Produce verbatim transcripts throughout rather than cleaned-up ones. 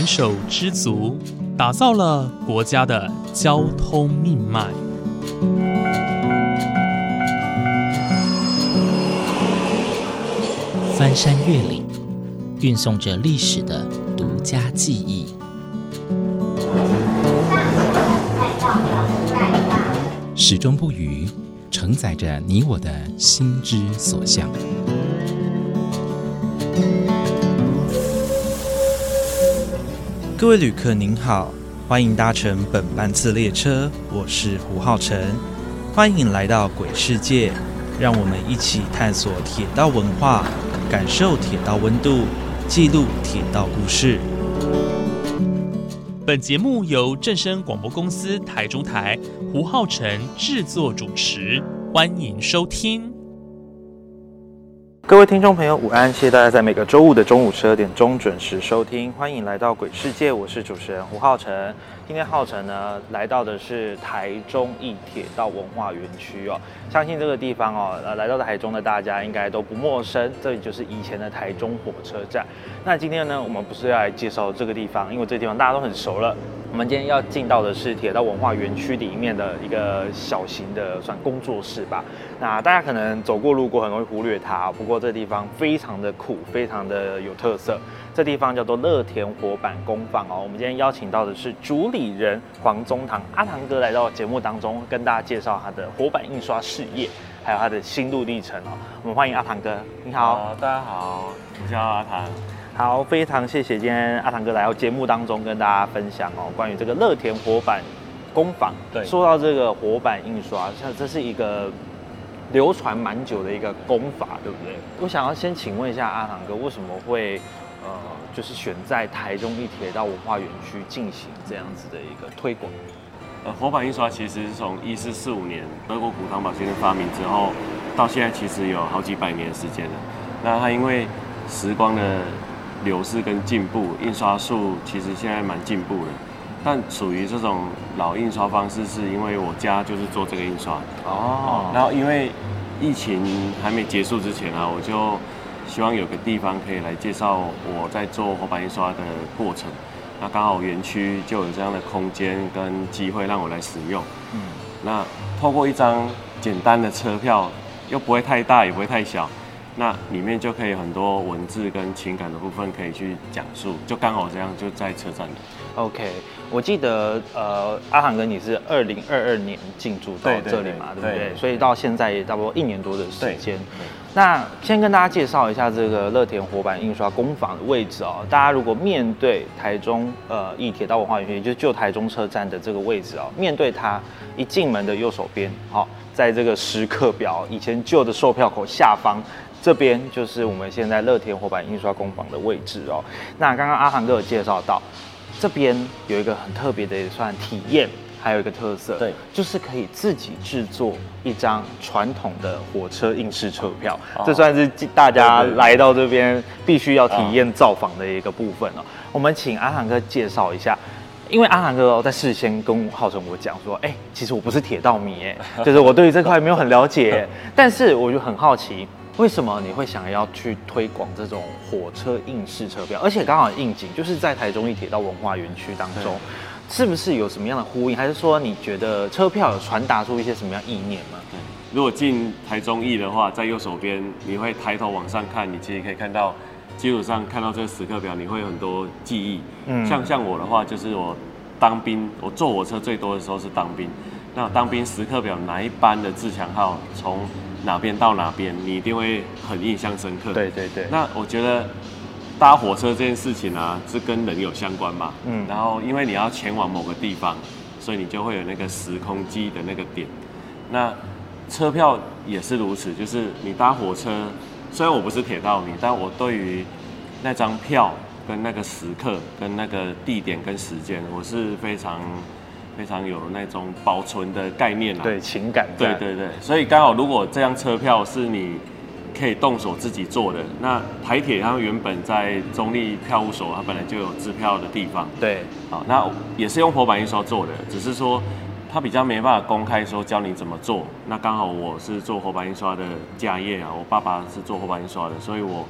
手知足，打造了国家的交通命脉。 翻山越岭，运送着历史的独家记忆。始终不渝，承载着你我的心之所向。 各位旅客您好，欢迎搭乘本班次列车，我是胡浩辰，欢迎来到鬼世界，让我们一起探索铁道文化，感受铁道温度，记录铁道故事。 本节目由正声广播公司台中台胡浩辰制作主持，欢迎收听。 各位听众朋友午安，谢谢大家在每个周五的中午十二点钟准时收听，欢迎来到鬼世界，我是主持人胡浩辰。今天浩辰呢来到的是台中义铁道文化园区哦，相信这个地方哦，呃，来到台中的大家应该都不陌生，这里就是以前的台中火车站。那今天呢，我们不是要来介绍这个地方，因为这个地方大家都很熟了。我们今天要进到的是铁道文化园区里面的一个小型的算工作室吧。那大家可能走过路过很容易忽略它，不过这地方非常的酷，非常的有特色。这地方叫做乐田火板工坊哦。我们今天邀请到的是主理人黄宗堂阿堂哥来到节目当中，跟大家介绍他的火板印刷事业，还有他的心路历程哦。我们欢迎阿堂哥，你好。 好，大家好，我叫阿堂。 好，非常谢谢今天阿堂哥来到节目当中跟大家分享哦，关于这个乐田火板工坊。对，说到这个火板印刷，像这是一个流传蛮久的一个工法，对不对？我想要先请问一下阿堂哥，为什么会呃，就是选在台中义铁道文化园区进行这样子的一个推广？ 呃，火板印刷其实是从一四四五年德国古汤堡先生发明之后，到现在其实有好几百年的时间了。那它因为时光的流逝跟进步，印刷术其实现在蛮进步的，但属于这种老印刷方式，是因为我家就是做这个印刷哦。然后因为疫情还没结束之前啊，我就希望有个地方可以来介绍我在做火板印刷的过程。那刚好园区就有这样的空间跟机会让我来使用。嗯，那透过一张简单的车票，又不会太大，也不会太小。那里面就可以很多文字跟情感的部分可以去讲述，就刚好这样就在车站里。OK， 我记得呃，阿堂哥你是二零二二年进驻到这里嘛， 对, 对, 对, 对不对? 对？所以到现在也差不多一年多的时间。那先跟大家介绍一下这个乐田火板印刷工坊的位置哦。大家如果面对台中呃义铁道文化园区，也就是旧台中车站的这个位置哦，面对它一进门的右手边，好、哦，在这个时刻表以前旧的售票口下方。这边就是我们现在乐田火板印刷工坊的位置哦。那刚刚阿堂哥有介绍到，这边有一个很特别的也算体验，还有一个特色，对，就是可以自己制作一张传统的火车印式车票，哦、这算是大家来到这边必须要体验造访的一个部分哦。我们请阿堂哥介绍一下。因为阿堂哥在事先跟浩辰我讲说，哎、欸，其实我不是铁道迷，哎，就是我对于这块没有很了解，但是我就很好奇，为什么你会想要去推广这种火车印式车票，而且刚好应景，就是在台中义铁道文化园区当中，是不是有什么样的呼应，还是说你觉得车票有传达出一些什么样意念吗？ 如果进台中义的话，在右手边，你会抬头往上看，你其实可以看到。基础上看到这个时刻表，你会有很多记忆。嗯，像像我的话，就是我当兵，我坐火车最多的时候是当兵。那当兵时刻表哪一班的自强号从哪边到哪边，你一定会很印象深刻。 对对对。 那我觉得搭火车这件事情啊，是跟人有相关嘛。嗯。然后因为你要前往某个地方，所以你就会有那个时空机的那个点。那车票也是如此，就是你搭火车。虽然我不是铁道迷，但我对于那张票跟那个时刻、跟那个地点跟时间，我是非常非常有那种保存的概念啦。 对，情感。 对对对，所以刚好如果这张车票是你可以动手自己做的，那台铁它原本在中立票务所，它本来就有制票的地方。 对， 好，那也是用火板印刷做的，只是说。它比较没办法公开说教你怎么做，那刚好我是做火板印刷的家业啊，我爸爸是做火板印刷的，所以我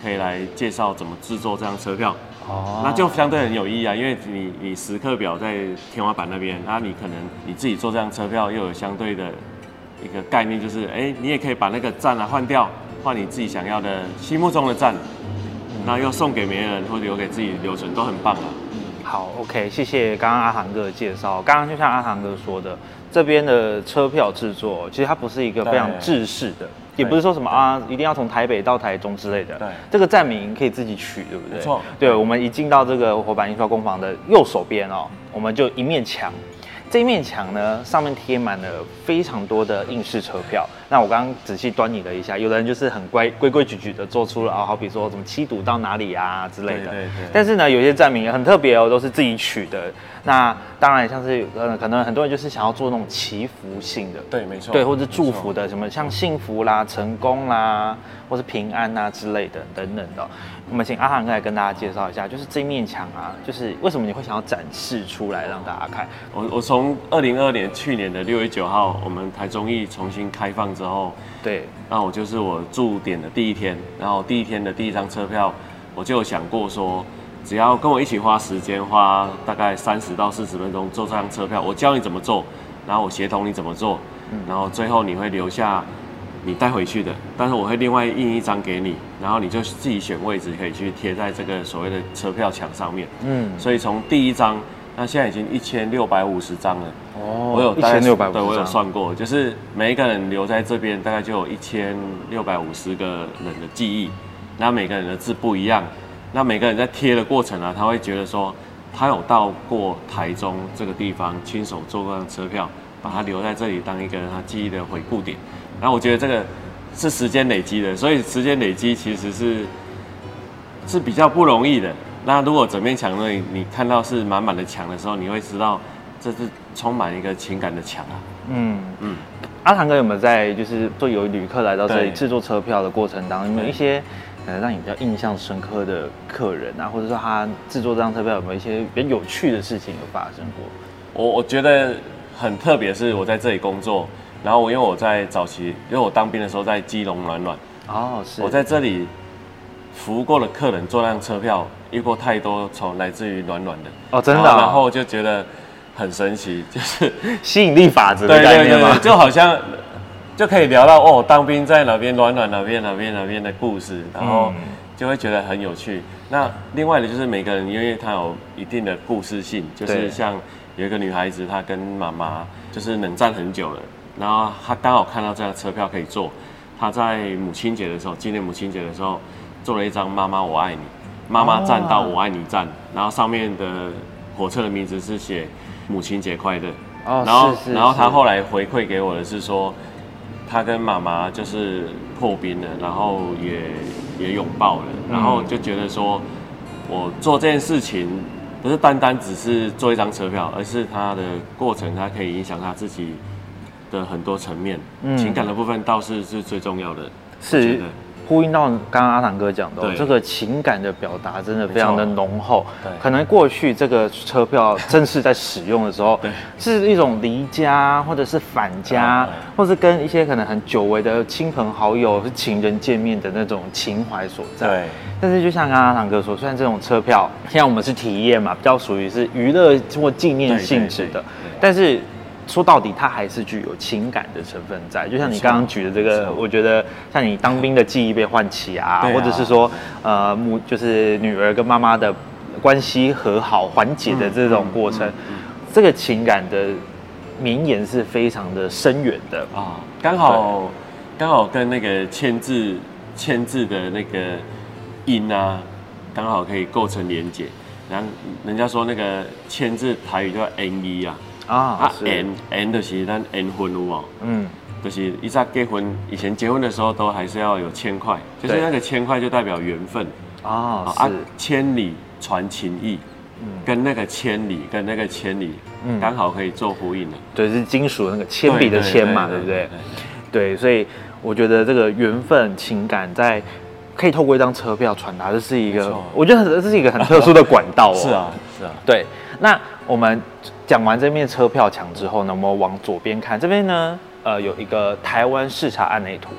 可以来介绍怎么制作这张车票。哦，那就相对很有意义啊，因为你你时刻表在天花板那边，那你可能你自己做这张车票又有相对的一个概念，就是哎、欸，你也可以把那个站啊换掉，换你自己想要的心目中的站，那又送给别人或者留给自己留存，都很棒啊。 好 ，OK， 谢谢刚刚阿航哥的介绍。刚刚就像阿航哥说的，这边的车票制作其实它不是一个非常制式的。也不是说什么啊，一定要从台北到台中之类的。对，这个站名可以自己取，对不对？ 没错。 对，我们一进到这个活版印刷工坊的右手边哦，我们就一面墙，这一面墙呢上面贴满了非常多的印式车票。那我刚刚仔细端倪了一下，有的人就是很乖规规矩矩的做出了啊，好比说什么七堵到哪里啊之类的。对对对。但是呢，有些站名很特别哦，都是自己取的。那当然，像是呃，可能很多人就是想要做那种祈福性的， 对，没错， 对，或者祝福的，什么像幸福啦、成功啦，或是平安啊之类的等等的。我们请阿航哥来跟大家介绍一下，就是这面墙啊，就是为什么你会想要展示出来让大家看？ 我我从二零二二年去年的六月九号，我们台中艺重新开放之后， 对， 那我就是我驻点的第一天，然后第一天的第一张车票，我就有想过说。只要跟我一起花时间，花大概三十到四十分钟做这张车票，我教你怎么做，然后我协同你怎么做，然后最后你会留下你带回去的，但是我会另外印一张给你，然后你就自己选位置，可以去贴在这个所谓的车票墙上面。嗯，所以从第一张，那现在已经一千六百五十张了。哦，我有一千六百五十张，对，我有算过，就是每一个人留在这边，大概就有一千六百五十个人的记忆，那每个人的字不一样。那每个人在贴的过程啊，他会觉得说，他有到过台中这个地方，亲手做过车票，把它留在这里当一个他记忆的回顾点。然后我觉得这个是时间累积的，所以时间累积其实是是比较不容易的。那如果整面墙呢，你看到是满满的墙的时候，你会知道这是充满一个情感的墙啊。嗯嗯。 阿航哥有没有在就是做有旅客来到这里制作车票的过程当中，有没有一些？呃，让你比较印象深刻的客人啊，或者说他制作这张车票有没有一些比较有趣的事情有发生过？ 我我觉得很特别，是我在这里工作，然后我因为我在早期，因为我当兵的时候在基隆暖暖，哦，是我在这里服务过的客人做那张车票，遇过太多从来自于暖暖的哦，真的、哦， 然后就觉得很神奇，就是吸引力法则的概念吗？ 对对对，就好像。就可以聊到哦，当兵在哪边，暖暖哪边哪边哪边的故事，然后就会觉得很有趣。那另外的就是每个人，因为他有一定的故事性，就是像有一个女孩子，她跟妈妈就是冷战很久了，然后她刚好看到这张车票可以做，她在母亲节的时候，纪念母亲节的时候，做了一张“妈妈我爱你”，妈妈站到我爱你站，然后上面的火车的名字是写母亲节快乐。哦，然后然后她后来回馈给我的是说。他跟妈妈就是破冰了，然后也也拥抱了，然后就觉得说，我做这件事情不是单单只是做一张车票，而是它的过程，它可以影响他自己的很多层面，嗯、情感的部分倒是是最重要的。 是。呼应到刚刚阿堂哥讲的、哦，这个情感的表达真的非常的浓厚。可能过去这个车票正式在使用的时候，是一种离家或者是返家，或是跟一些可能很久违的亲朋好友、是情人见面的那种情怀所在。对。但是就像刚刚阿堂哥说，虽然这种车票，现在我们是体验嘛，比较属于是娱乐或纪念性质的，但是。说到底，它还是具有情感的成分在，就像你刚刚举的这个，我觉得像你当兵的记忆被唤起啊，啊或者是说，呃，母就是女儿跟妈妈的关系和好缓解的这种过程，嗯嗯嗯、这个情感的绵延是非常的深远的啊。 刚好刚好跟那个签字签字的那个音啊，刚好可以构成连结。然后人家说那个签字台语叫 N 一啊。啊，啊 ，N N 就是咱 N 婚有无？嗯，就是以前结婚，以前结婚的时候都还是要有千块，就是那个千块就代表缘分啊，啊，千里传情意，嗯，跟那个千里跟那个千里，嗯，刚好可以做呼应了。 对，是金属那个铅笔的铅嘛，对不对？对，所以我觉得这个缘分情感在可以透过一张车票传达，这是一个，我觉得这是一个很特殊的管道哦。 是啊，是啊， 对，那我们。讲完这面车票墙之后呢，我们往左边看，这边呢，呃，有一个台湾视察案内图。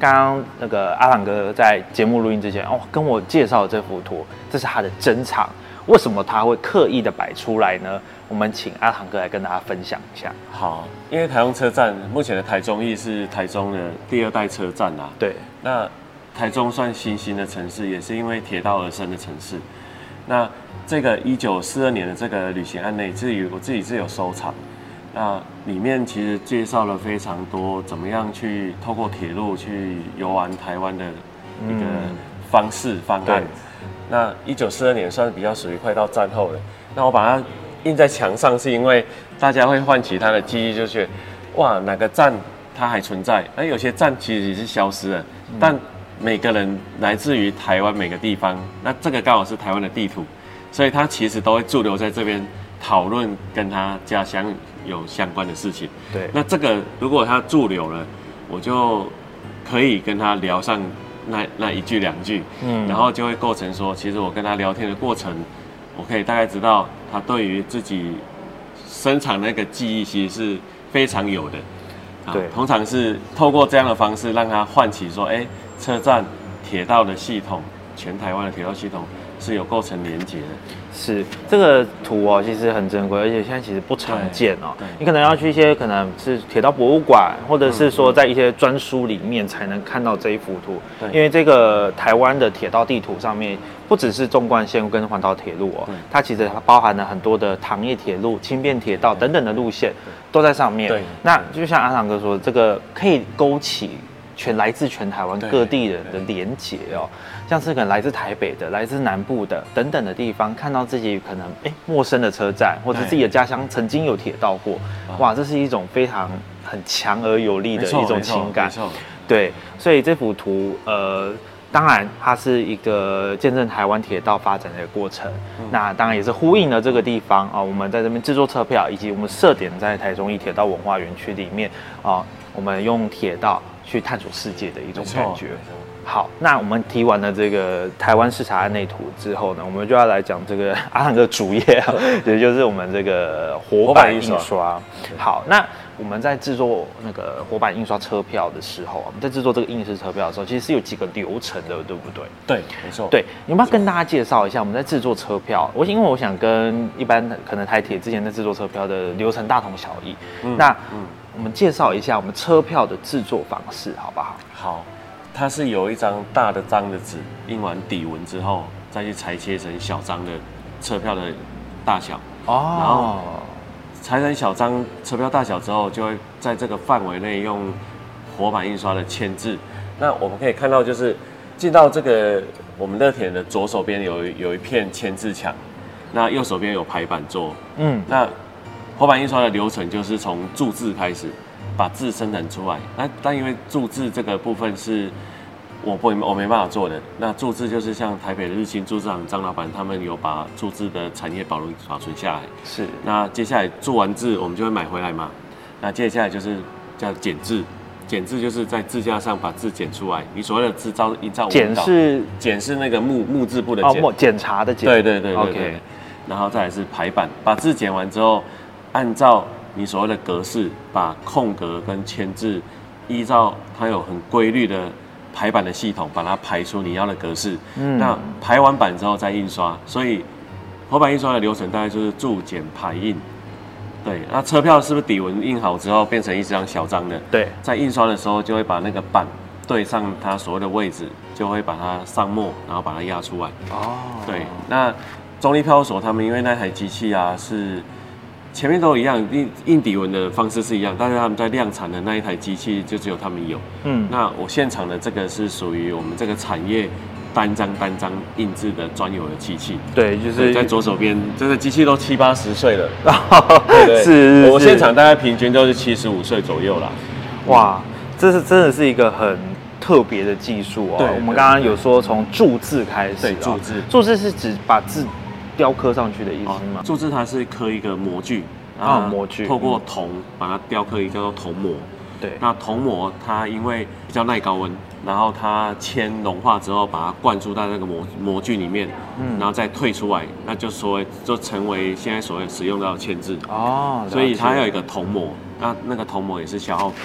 刚刚那个阿朗哥在节目录音之前哦，跟我介绍这幅图，这是他的珍藏。为什么他会刻意的摆出来呢？我们请阿唐哥来跟大家分享一下。 好，因为台中车站目前的台中驿是台中的第二代车站啊。 对。那台中算新兴的城市，也是因为铁道而生的城市。那这个一九四二年的这个旅行案内，自己我自己是有收藏。那里面其实介绍了非常多怎么样去透过铁路去游玩台湾的一个方式方案。那一九四二年算是比较属于快到战后的。那我把它印在墙上，是因为大家会唤起他的记忆，就是哇哪个站它还存在，那有些站其实也是消失了，嗯、但每个人来自于台湾每个地方，那这个刚好是台湾的地图，所以他其实都会驻留在这边讨论跟他家乡有相关的事情。 对， 那这个如果他驻留了，我就可以跟他聊上那那一句两句，嗯，然后就会构成说，其实我跟他聊天的过程，我可以大概知道他对于自己生产那个记忆其实是非常有的。对，通常是透过这样的方式让他唤起说，哎、欸，车站、铁道的系统，全台湾的铁道系统是有构成连结的。 是这个图哦，其实很珍贵，而且现在其实不常见哦。你可能要去一些可能是铁道博物馆，或者是说在一些专书里面才能看到这一幅图。因为这个台湾的铁道地图上面，不只是纵贯线跟环岛铁路哦，它其实包含了很多的糖业铁路、轻便铁道等等的路线都在上面。对，那就像阿唐哥说，这个可以勾起全来自全台湾各地人的连结哦，像是可能来自台北的、来自南部的等等的地方，看到自己可能哎陌生的车站，或者自己的家乡曾经有铁道过，哇，这是一种非常很强而有力的一种情感。对，所以这幅图呃。当然，它是一个见证台湾铁道发展的一个过程。嗯、那当然也是呼应了这个地方啊、哦，我们在这边制作车票，以及我们设点在台中驿铁道文化园区里面啊、哦，我们用铁道去探索世界的一种感觉。好，那我们提完了这个台湾视察案内图之后呢，我们就要来讲这个阿唐哥主业啊，也就是我们这个活版印刷。好，那我们在制作那个活版印刷车票的时候，我们在制作这个印式车票的时候，其实是有几个流程的，对不对？ 对，没错。 对，你要不要跟大家介绍一下我们在制作车票？我因为我想跟一般可能台铁之前在制作车票的流程大同小异。嗯、那嗯，我们介绍一下我们车票的制作方式，好不好？ 好。它是有一张大的张的纸，印完底纹之后，再去裁切成小张的车票的大小。哦。然后裁成小张车票大小之后，就会在这个范围内用活版印刷的签字。那我们可以看到，就是进到这个我们乐田的左手边有有一片签字墙，那右手边有排版桌。嗯。那活版印刷的流程就是从注字开始。把字生产出来，那但因为注字这个部分是我不我没办法做的，那注字就是像台北的日清注字行张老板他们有把注字的产业保留保存下来。是，那接下来做完字我们就会买回来嘛，那接下来就是叫剪字，剪字就是在字架上把字剪出来，你所谓的字照依照剪是剪是那个木木字部的剪， 哦，检查的检， 对对对对对， okay. 然后再来是排版，把字剪完之后，按照你所谓的格式，把空格跟签字依照它有很规律的排版的系统，把它排出你要的格式。嗯，那排完版之后再印刷，所以活版印刷的流程大概就是注剪排印。对，那车票是不是底纹印好之后变成一张小张的？对，在印刷的时候就会把那个版对上它所谓的位置，就会把它上墨，然后把它压出来。哦，对，那中立票所他们因为那台机器啊是。前面都一样，印印底纹的方式是一样，但是他们在量产的那一台机器就只有他们有。嗯，那我现场的这个是属于我们这个产业单张单张印制的专有的机器。对，就是在左手边，这个机器都七八十岁了。对对，是。我现场大概平均都是七十五岁左右啦。哇，这是真的是一个很特别的技术哦。对，我们刚刚有说从注字开始。对，注字，注字是指把字雕刻上去的意思吗？ 注字它是刻一个模具，啊，模具，透过铜把它雕刻一个叫做铜模。对，那铜模它因为比较耐高温，然后它铅融化之后，把它灌注在那个模模具里面，嗯，然后再退出来，那就所谓就成为现在所谓使用到的铅字。哦，所以它要有一个铜模，那那个铜模也是消耗品。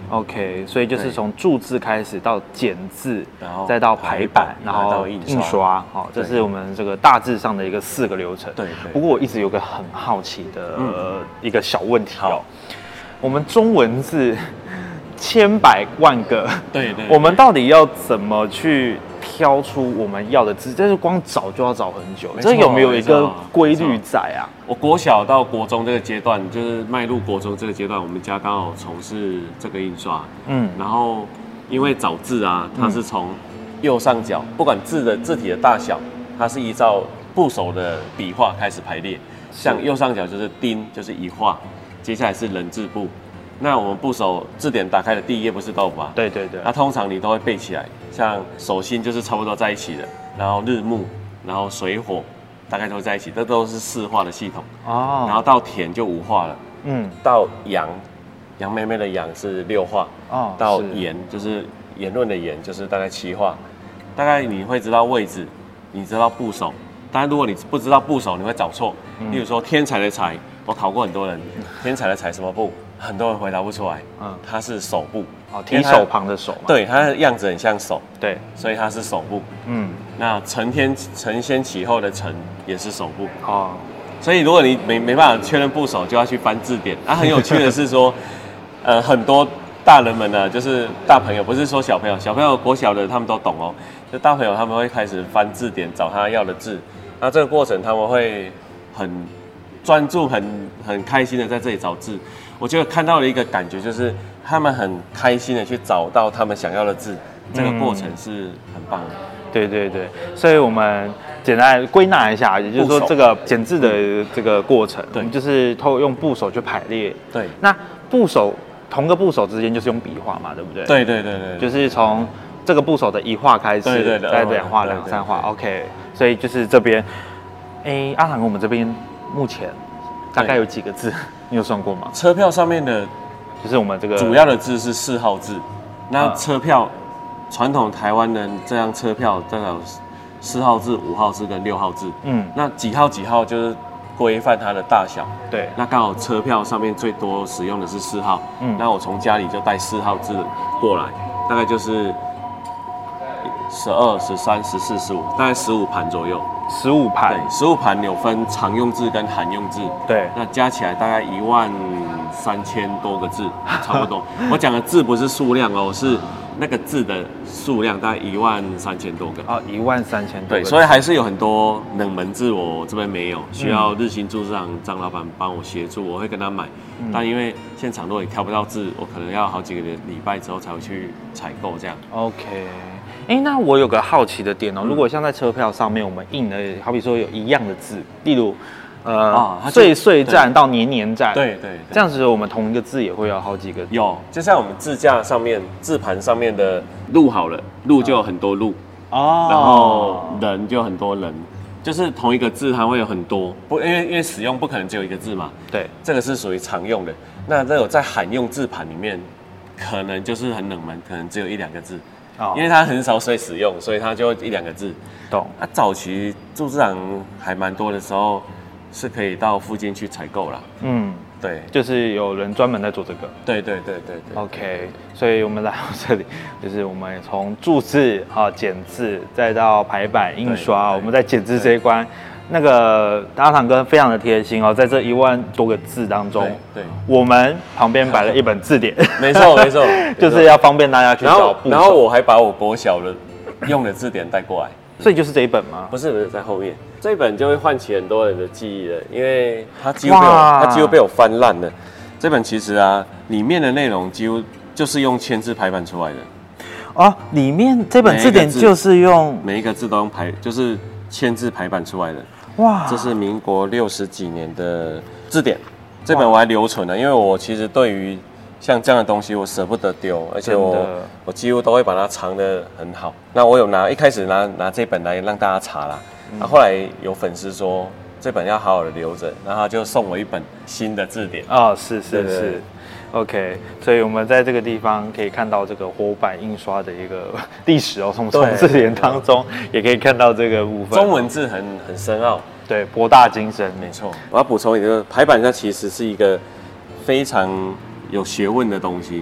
OK， 所以就是从注字开始到剪字， 然后再到排版，然后印刷，好，这是我们这个大致上的一个四个流程。 对。 不过我一直有个很好奇的、嗯呃、一个小问题哦，我们中文字千百万个， 对 对, 对， 我们到底要怎么去挑出我们要的字？这是光找就要找很久，这有没有一个规律在啊？ 我国小到国中这个阶段，就是迈入国中这个阶段，我们家刚好从事这个印刷，嗯，然后因为找字啊，它是从右上角，不管字的字体的大小，它是依照部首的笔画开始排列，像右上角就是丁，就是一画，接下来是人字部。那我们部首字典打开的第一页不是都有吗？ 对对对。 那通常你都会背起来，像手心就是差不多在一起的，然后日木，然后水火。大概都在一起，这都是四画的系统哦。然后到田就五画了，嗯。到杨，杨妹妹的杨是六画哦。到言就是言论的言，就是大概七画。大概你会知道位置，你知道部首。当然，如果你不知道部首，你会找错。嗯、例如说天才的才，我考过很多人，天才的才什么部？很多人回答不出来。嗯，它是手部。 哦，提手旁的手嘛。 对，它的样子很像手。 对， 所以它是手部。嗯。那承天承先启后的承也是手部。哦。所以如果你没没办法确认部首，就要去翻字典。啊，很有趣的是说，呃，很多大人们呢，就是大朋友，不是说小朋友，小朋友国小的他们都懂哦。就大朋友他们会开始翻字典，找他要的字。那这个过程他们会很专注、很很开心的在这里找字。我觉得看到了一个感觉，就是他们很开心的去找到他们想要的字，这个过程是很棒的。嗯、 对对对，所以我们简单归纳一下，也就是说这个剪字的这个过程，我们就是透用部首去排列。 对， 那部首同个部首之间就是用笔画嘛，对不对？ 对对对对， 就是从这个部首的一画开始， 对对对， 再两画、两三画 ，OK。所以就是这边，哎，阿唐，我们这边目前大概有几个字？你有算过吗？ 车票上面的， 就是我们这个主要的字是四号字。那车票，传统台湾人这样车票大概有四号字、五号字跟六号字。嗯，那几号几号就是规范它的大小。 对， 那刚好车票上面最多使用的是四号。嗯，那我从家里就带四号字过来，大概就是十二、十三、十四、十五，大概十五盘左右。 十五盘， 对，十五盘有分常用字跟罕用字， 对， 那加起来大概一万三千多个字，差不多。我讲的字不是数量哦，是那个字的数量，大概一万三千多个。 哦，一万三千多个。 对，所以还是有很多冷门字，我这边没有，需要日新注字行张老板帮我协助，我会跟他买。嗯、但因为现场如果也挑不到字，我可能要好几个礼拜之后才会去采购这样。 OK。哎，那我有个好奇的点哦，如果像在车票上面我们印的，好比说有一样的字，例如，呃，岁岁站到年年站， 对 对, 对， 这样子我们同一个字也会有好几个。 有，就像我们字架上面、字盘上面的路好了，路就有很多路哦，然后人就很多人，就是同一个字它会有很多，不，因为因为使用不可能只有一个字嘛， 对，这个是属于常用的。那这种在罕用字盘里面，可能就是很冷门，可能只有一两个字。因为它很少水使用，所以它就一两个字。 懂。 啊，早期注字行还蛮多的时候，是可以到附近去采购啦。嗯，对， 就是有人专门在做这个。 对对对对对。 OK， 所以我们来到这里，就是我们从注字啊、剪字，再到排版印刷，我们在剪字这一关。那个阿唐哥非常的贴心哦，在这一万多个字当中， 对，对我们旁边摆了一本字典， 没错没错， 就是要方便大家去找部首。 然后我还把我国小的用的字典带过来， 所以就是这一本吗？ 不是不是，在后面这一本就会唤起很多人的记忆了，因为它几乎被我它几乎被我翻烂了。这本其实啊，里面的内容几乎就是用签字排版出来的。 哦，里面这本字典就是用每一个字都用排，就是签字排版出来的。哇，这是民国六十几年的字典，这本我还留存了，因为我其实对于像这样的东西我舍不得丢，而且我我几乎都会把它藏得很好。那我有拿一开始拿拿这本来让大家查啦，那、嗯、后来有粉丝说这本要好好的留着，然后他就送我一本新的字典。 哦，是是是。是 OK， 所以我们在这个地方可以看到这个活版印刷的一个历史哦，从从字典当中也可以看到这个部分。 中文字很很深奥， 对，博大精深， 没错。我要补充一个，排版它其实是一个非常有学问的东西，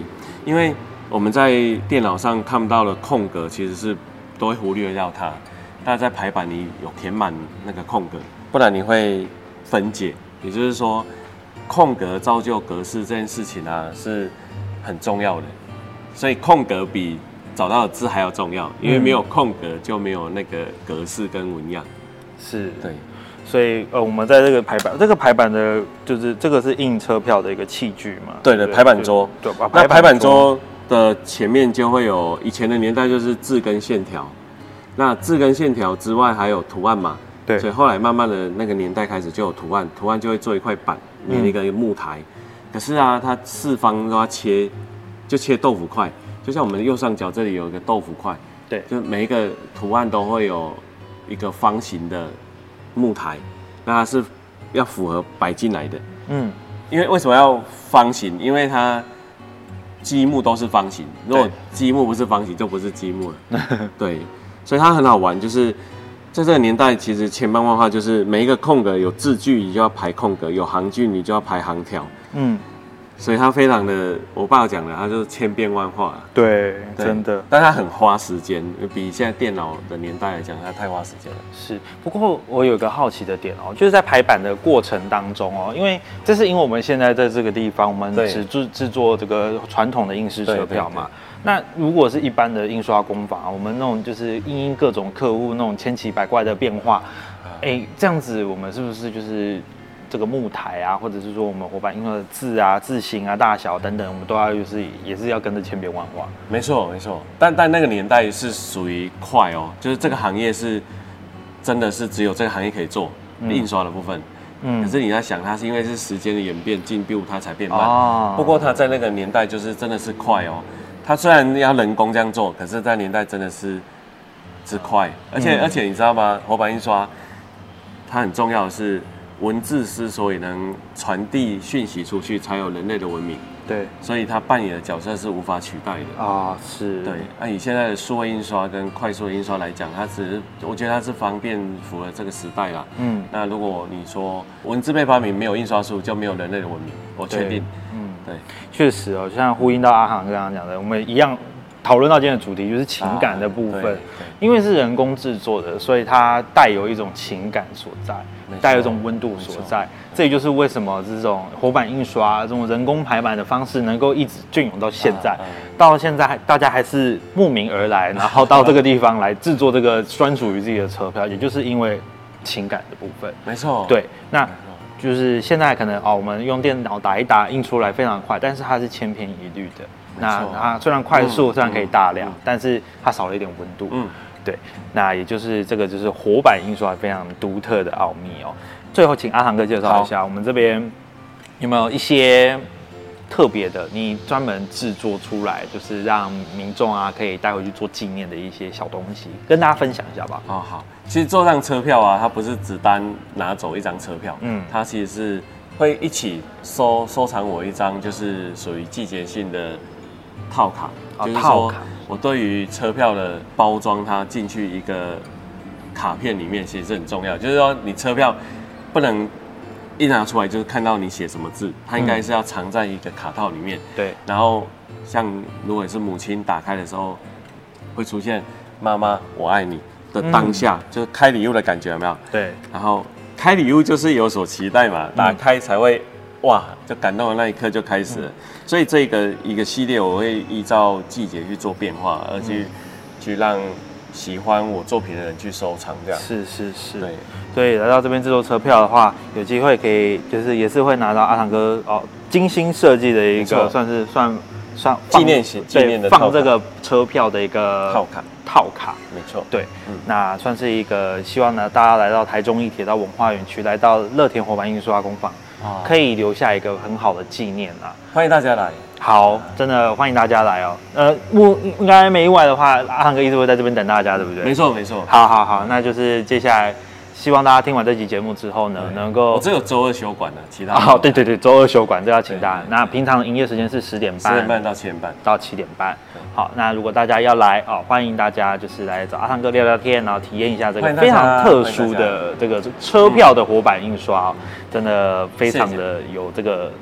因为我们在电脑上看到的空格，其实是都会忽略掉它。但在排版你有填满那个空格，不然你会分解。也就是说，空格造就格式这件事情啊是很重要的，所以空格比找到的字还要重要，因为没有空格就没有那个格式跟纹样。 是， 对。 所以呃，我们在这个排版，这个排版的，就是这个是印车票的一个器具嘛？ 对的，排版桌。 对， 那排版桌的前面就会有，以前的年代就是字跟线条，那字跟线条之外还有图案嘛？对。所以后来慢慢的那个年代开始就有图案，图案就会做一块板，连一个木台。嗯、可是啊，它四方都要切，就切豆腐块，就像我们右上角这里有一个豆腐块， 对， 就每一个图案都会有一个方形的木台，那它是要符合摆进来的。嗯，因为为什么要方形？因为它积木都是方形，如果积木不是方形，就不是积木了。对，所以它很好玩，就是在这个年代，其实千般万化，就是每一个空格有字句，你就要排空格；有行距，你就要排行条。嗯。所以它非常的，我爸讲的，它就是千变万化。 对，真的。 但它很花时间，比现在电脑的年代来讲，它太花时间了。 是，不过我有个好奇的点哦，就是在排版的过程当中哦，因为这是因为我们现在在这个地方，我们只制制作这个传统的印式车票嘛。那如果是一般的印刷工坊，我们那种就是因应各种客户那种千奇百怪的变化，哎、欸，这样子我们是不是就是这个木台啊，或者是说我们活版印刷的字啊、字形啊、大小等等，我们都要就是也是要跟着千变万化。 没错，没错。但但那个年代是属于快哦，就是这个行业是真的是只有这个行业可以做、嗯、印刷的部分。嗯。可是你在想，它是因为是时间的演变进步，它才变慢。哦。不过它在那个年代就是真的是快哦。它虽然要人工这样做，可是在年代真的是是快，而且、嗯、而且你知道吗？活版印刷它很重要的是。文字之所以能传递讯息出去，才有人类的文明。对，所以它扮演的角色是无法取代的啊。是，对。那、啊、以现在的数位印刷跟快速的印刷来讲，它只是，我觉得它是方便符合这个时代啦。嗯。那如果你说文字被发明，没有印刷术，就没有人类的文明，我确定。嗯，对。确实哦，就像呼应到阿航刚刚讲的，我们一样。讨论到今天的主题就是情感的部分，啊、因为是人工制作的，所以它带有一种情感所在，带有一种温度所在。这也就是为什么这种活版印刷、这种人工排版的方式能够一直隽永到现在。啊啊、到现在，大家还是慕名而来，然后到这个地方来制作这个专属于自己的车票，也就是因为情感的部分。 没错， 对，那。就是现在可能哦，我们用电脑打一打印出来非常快，但是它是千篇一律的。那它虽然快速，嗯、虽然可以大量，嗯、但是它少了一点温度。嗯，对。那也就是这个就是活版印刷非常独特的奥秘哦。最后，请阿航哥介绍一下，我们这边有没有一些特别的，你专门制作出来，就是让民众啊可以带回去做纪念的一些小东西，跟大家分享一下吧。 哦，好。其实做张车票啊，它不是只单拿走一张车票，嗯，它其实是会一起收收藏我一张，就是属于季节性的套卡，哦、就是说我对于车票的包装，它进去一个卡片里面，其实是很重要。就是说，你车票不能一拿出来就是看到你写什么字，它应该是要藏在一个卡套里面。对、嗯，然后像如果是母亲打开的时候，会出现“妈妈，我爱你”。的当下、嗯、就是开礼物的感觉有没有？对，然后开礼物就是有所期待嘛，打开才会、嗯、哇，就感动的那一刻就开始了。嗯、所以这个一个系列我会依照季节去做变化，而去、嗯、去让喜欢我作品的人去收藏，这样。是是是。对，所以来到这边制作车票的话，有机会可以就是也是会拿到阿航哥哦精心设计的一个算是算算纪念型纪念的放这个车票的一个套卡。套卡，没错，对，嗯，那算是一个希望呢，大家来到台中一铁道文化园区，来到乐田活版印刷工坊，啊，可以留下一个很好的纪念啊！欢迎大家来，好，真的欢迎大家来哦。呃，我应该没意外的话，阿航哥一直会在这边等大家，对不对？没错，没错。好好好，那就是接下来。希望大家听完这集节目之后呢，能够我只有周二休馆的，其他哦，对对对，周二休馆，这要请大家。那平常营业时间是十点半，十点半到七点半，到七点半。好，那如果大家要来哦，欢迎大家就是来找阿航哥聊聊天，然后体验一下这个非常特殊的这个车票的活版印刷，真的非常的有这个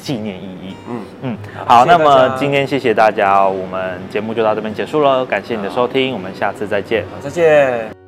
纪念意义。 嗯嗯，好，那么今天谢谢大家，我们节目就到这边结束了，感谢你的收听，我们下次再见。 好，再见。